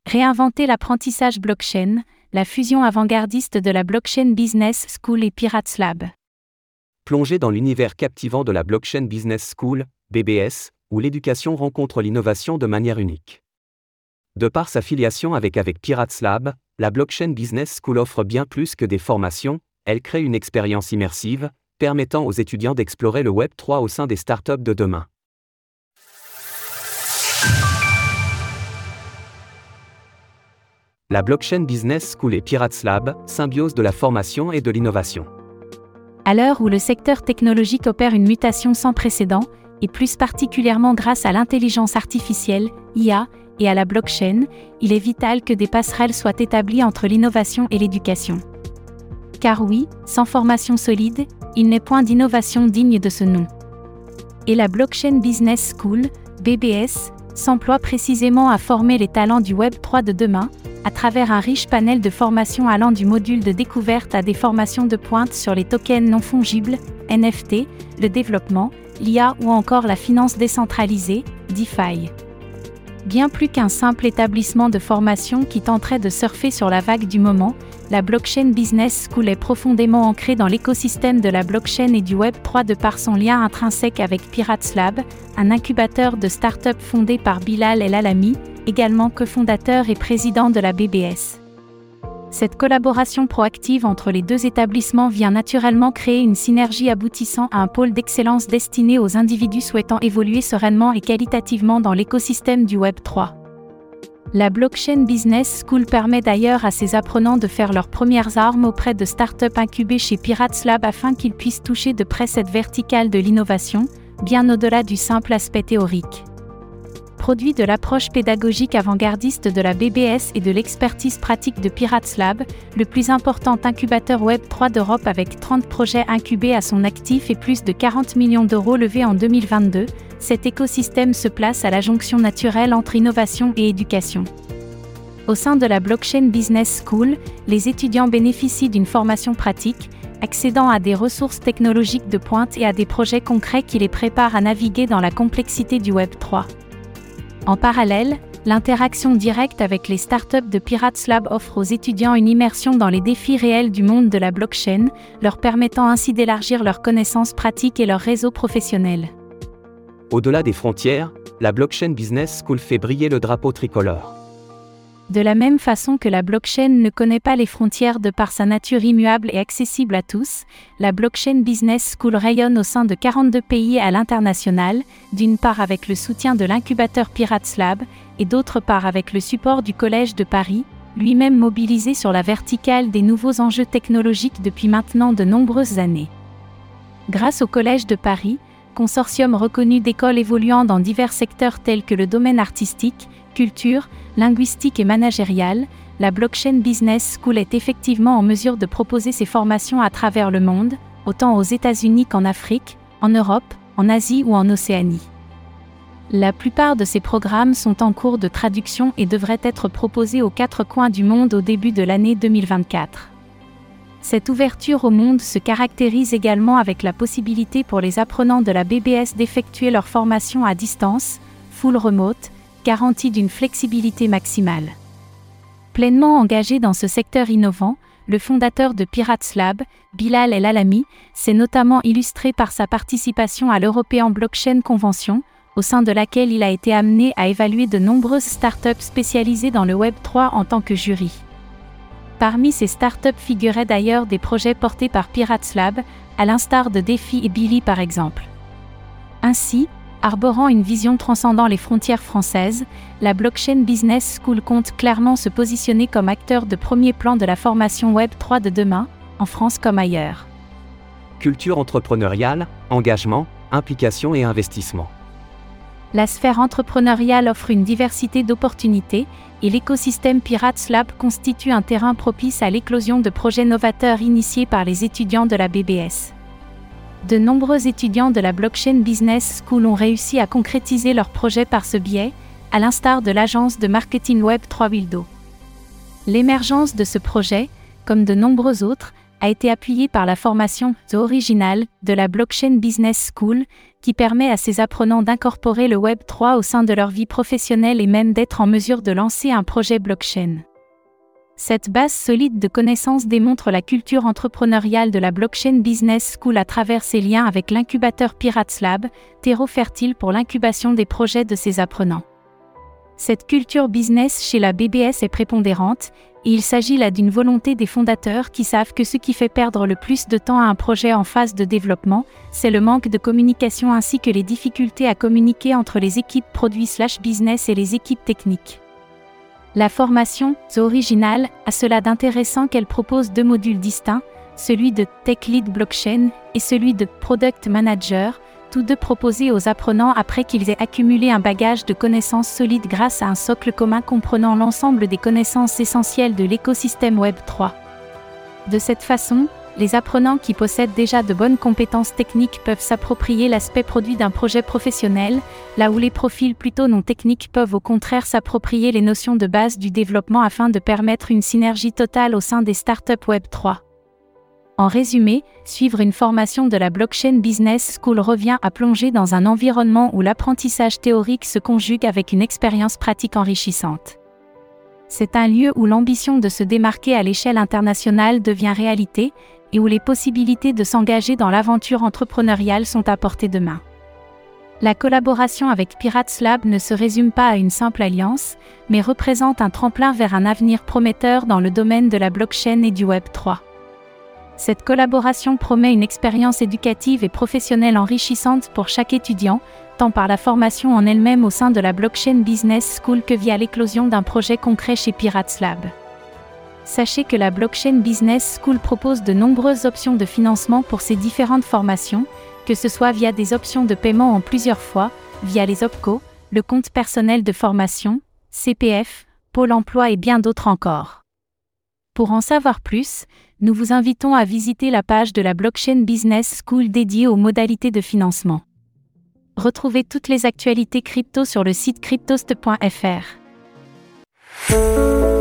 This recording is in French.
Réinventer l'apprentissage blockchain, la fusion avant-gardiste de la Blockchain Business School et Pirates Lab. Plongez dans l'univers captivant de la Blockchain Business School, BBS, où l'éducation rencontre l'innovation de manière unique. De par sa filiation avec Pirates Lab, la Blockchain Business School offre bien plus que des formations, elle crée une expérience immersive, permettant aux étudiants d'explorer le Web 3 au sein des startups de demain. La Blockchain Business School et Pirates Lab, symbiose de la formation et de l'innovation. À l'heure où le secteur technologique opère une mutation sans précédent, et plus particulièrement grâce à l'intelligence artificielle, IA, et à la blockchain, il est vital que des passerelles soient établies entre l'innovation et l'éducation. Car oui, sans formation solide, il n'est point d'innovation digne de ce nom. Et la Blockchain Business School, BBS, s'emploie précisément à former les talents du Web 3 de demain, à travers un riche panel de formations allant du module de découverte à des formations de pointe sur les tokens non fongibles, NFT, le développement, l'IA ou encore la finance décentralisée, DeFi. Bien plus qu'un simple établissement de formation qui tenterait de surfer sur la vague du moment, la Blockchain Business School est profondément ancrée dans l'écosystème de la blockchain et du Web 3 de par son lien intrinsèque avec Pirates Lab, un incubateur de start-up fondé par Bilal El Alami, également cofondateur et président de la BBS. Cette collaboration proactive entre les deux établissements vient naturellement créer une synergie aboutissant à un pôle d'excellence destiné aux individus souhaitant évoluer sereinement et qualitativement dans l'écosystème du Web 3. La Blockchain Business School permet d'ailleurs à ses apprenants de faire leurs premières armes auprès de startups incubées chez Pirates Lab afin qu'ils puissent toucher de près cette verticale de l'innovation, bien au-delà du simple aspect théorique. Produit de l'approche pédagogique avant-gardiste de la BBS et de l'expertise pratique de Pirates Lab, le plus important incubateur Web 3 d'Europe avec 30 projets incubés à son actif et plus de 40 millions d'euros levés en 2022, cet écosystème se place à la jonction naturelle entre innovation et éducation. Au sein de la Blockchain Business School, les étudiants bénéficient d'une formation pratique, accédant à des ressources technologiques de pointe et à des projets concrets qui les préparent à naviguer dans la complexité du Web 3. En parallèle, l'interaction directe avec les startups de Pirates Lab offre aux étudiants une immersion dans les défis réels du monde de la blockchain, leur permettant ainsi d'élargir leurs connaissances pratiques et leur réseau professionnel. Au-delà des frontières, la Blockchain Business School fait briller le drapeau tricolore. De la même façon que la blockchain ne connaît pas les frontières de par sa nature immuable et accessible à tous, la Blockchain Business School rayonne au sein de 42 pays à l'international, d'une part avec le soutien de l'incubateur Pirates Lab, et d'autre part avec le support du Collège de Paris, lui-même mobilisé sur la verticale des nouveaux enjeux technologiques depuis maintenant de nombreuses années. Grâce au Collège de Paris, consortium reconnu d'écoles évoluant dans divers secteurs tels que le domaine artistique, culture, linguistique et managériale, la Blockchain Business School est effectivement en mesure de proposer ses formations à travers le monde, autant aux États-Unis qu'en Afrique, en Europe, en Asie ou en Océanie. La plupart de ces programmes sont en cours de traduction et devraient être proposés aux 4 coins du monde au début de l'année 2024. Cette ouverture au monde se caractérise également avec la possibilité pour les apprenants de la BBS d'effectuer leur formation à distance, full remote, garantie d'une flexibilité maximale. Pleinement engagé dans ce secteur innovant, le fondateur de Pirates Lab, Bilal El Alami, s'est notamment illustré par sa participation à l'European Blockchain Convention, au sein de laquelle il a été amené à évaluer de nombreuses startups spécialisées dans le Web 3 en tant que jury. Parmi ces startups figuraient d'ailleurs des projets portés par Pirates Lab, à l'instar de Defi et Billy par exemple. Ainsi, arborant une vision transcendant les frontières françaises, la Blockchain Business School compte clairement se positionner comme acteur de premier plan de la formation Web 3 de demain, en France comme ailleurs. Culture entrepreneuriale, engagement, implication et investissement. La sphère entrepreneuriale offre une diversité d'opportunités, et l'écosystème Pirates Lab constitue un terrain propice à l'éclosion de projets novateurs initiés par les étudiants de la BBS. De nombreux étudiants de la Blockchain Business School ont réussi à concrétiser leurs projets par ce biais, à l'instar de l'agence de marketing Web 3 Wildo. L'émergence de ce projet, comme de nombreux autres, a été appuyée par la formation The Original de la Blockchain Business School, qui permet à ses apprenants d'incorporer le Web 3 au sein de leur vie professionnelle et même d'être en mesure de lancer un projet blockchain. Cette base solide de connaissances démontre la culture entrepreneuriale de la Blockchain Business School à travers ses liens avec l'incubateur Pirates Lab, terreau fertile pour l'incubation des projets de ses apprenants. Cette culture business chez la BBS est prépondérante, et il s'agit là d'une volonté des fondateurs qui savent que ce qui fait perdre le plus de temps à un projet en phase de développement, c'est le manque de communication ainsi que les difficultés à communiquer entre les équipes produits/business et les équipes techniques. La formation, The Original, a cela d'intéressant qu'elle propose 2 modules distincts, celui de Tech Lead Blockchain et celui de Product Manager, tous deux proposés aux apprenants après qu'ils aient accumulé un bagage de connaissances solides grâce à un socle commun comprenant l'ensemble des connaissances essentielles de l'écosystème Web 3. De cette façon, les apprenants qui possèdent déjà de bonnes compétences techniques peuvent s'approprier l'aspect produit d'un projet professionnel, là où les profils plutôt non techniques peuvent au contraire s'approprier les notions de base du développement afin de permettre une synergie totale au sein des startups Web 3. En résumé, suivre une formation de la Blockchain Business School revient à plonger dans un environnement où l'apprentissage théorique se conjugue avec une expérience pratique enrichissante. C'est un lieu où l'ambition de se démarquer à l'échelle internationale devient réalité, et où les possibilités de s'engager dans l'aventure entrepreneuriale sont à portée de main. La collaboration avec Pirates Lab ne se résume pas à une simple alliance, mais représente un tremplin vers un avenir prometteur dans le domaine de la blockchain et du Web 3. Cette collaboration promet une expérience éducative et professionnelle enrichissante pour chaque étudiant, tant par la formation en elle-même au sein de la Blockchain Business School que via l'éclosion d'un projet concret chez Pirates Lab. Sachez que la Blockchain Business School propose de nombreuses options de financement pour ces différentes formations, que ce soit via des options de paiement en plusieurs fois, via les OPCO, le compte personnel de formation, CPF, Pôle emploi et bien d'autres encore. Pour en savoir plus, nous vous invitons à visiter la page de la Blockchain Business School dédiée aux modalités de financement. Retrouvez toutes les actualités crypto sur le site cryptost.fr.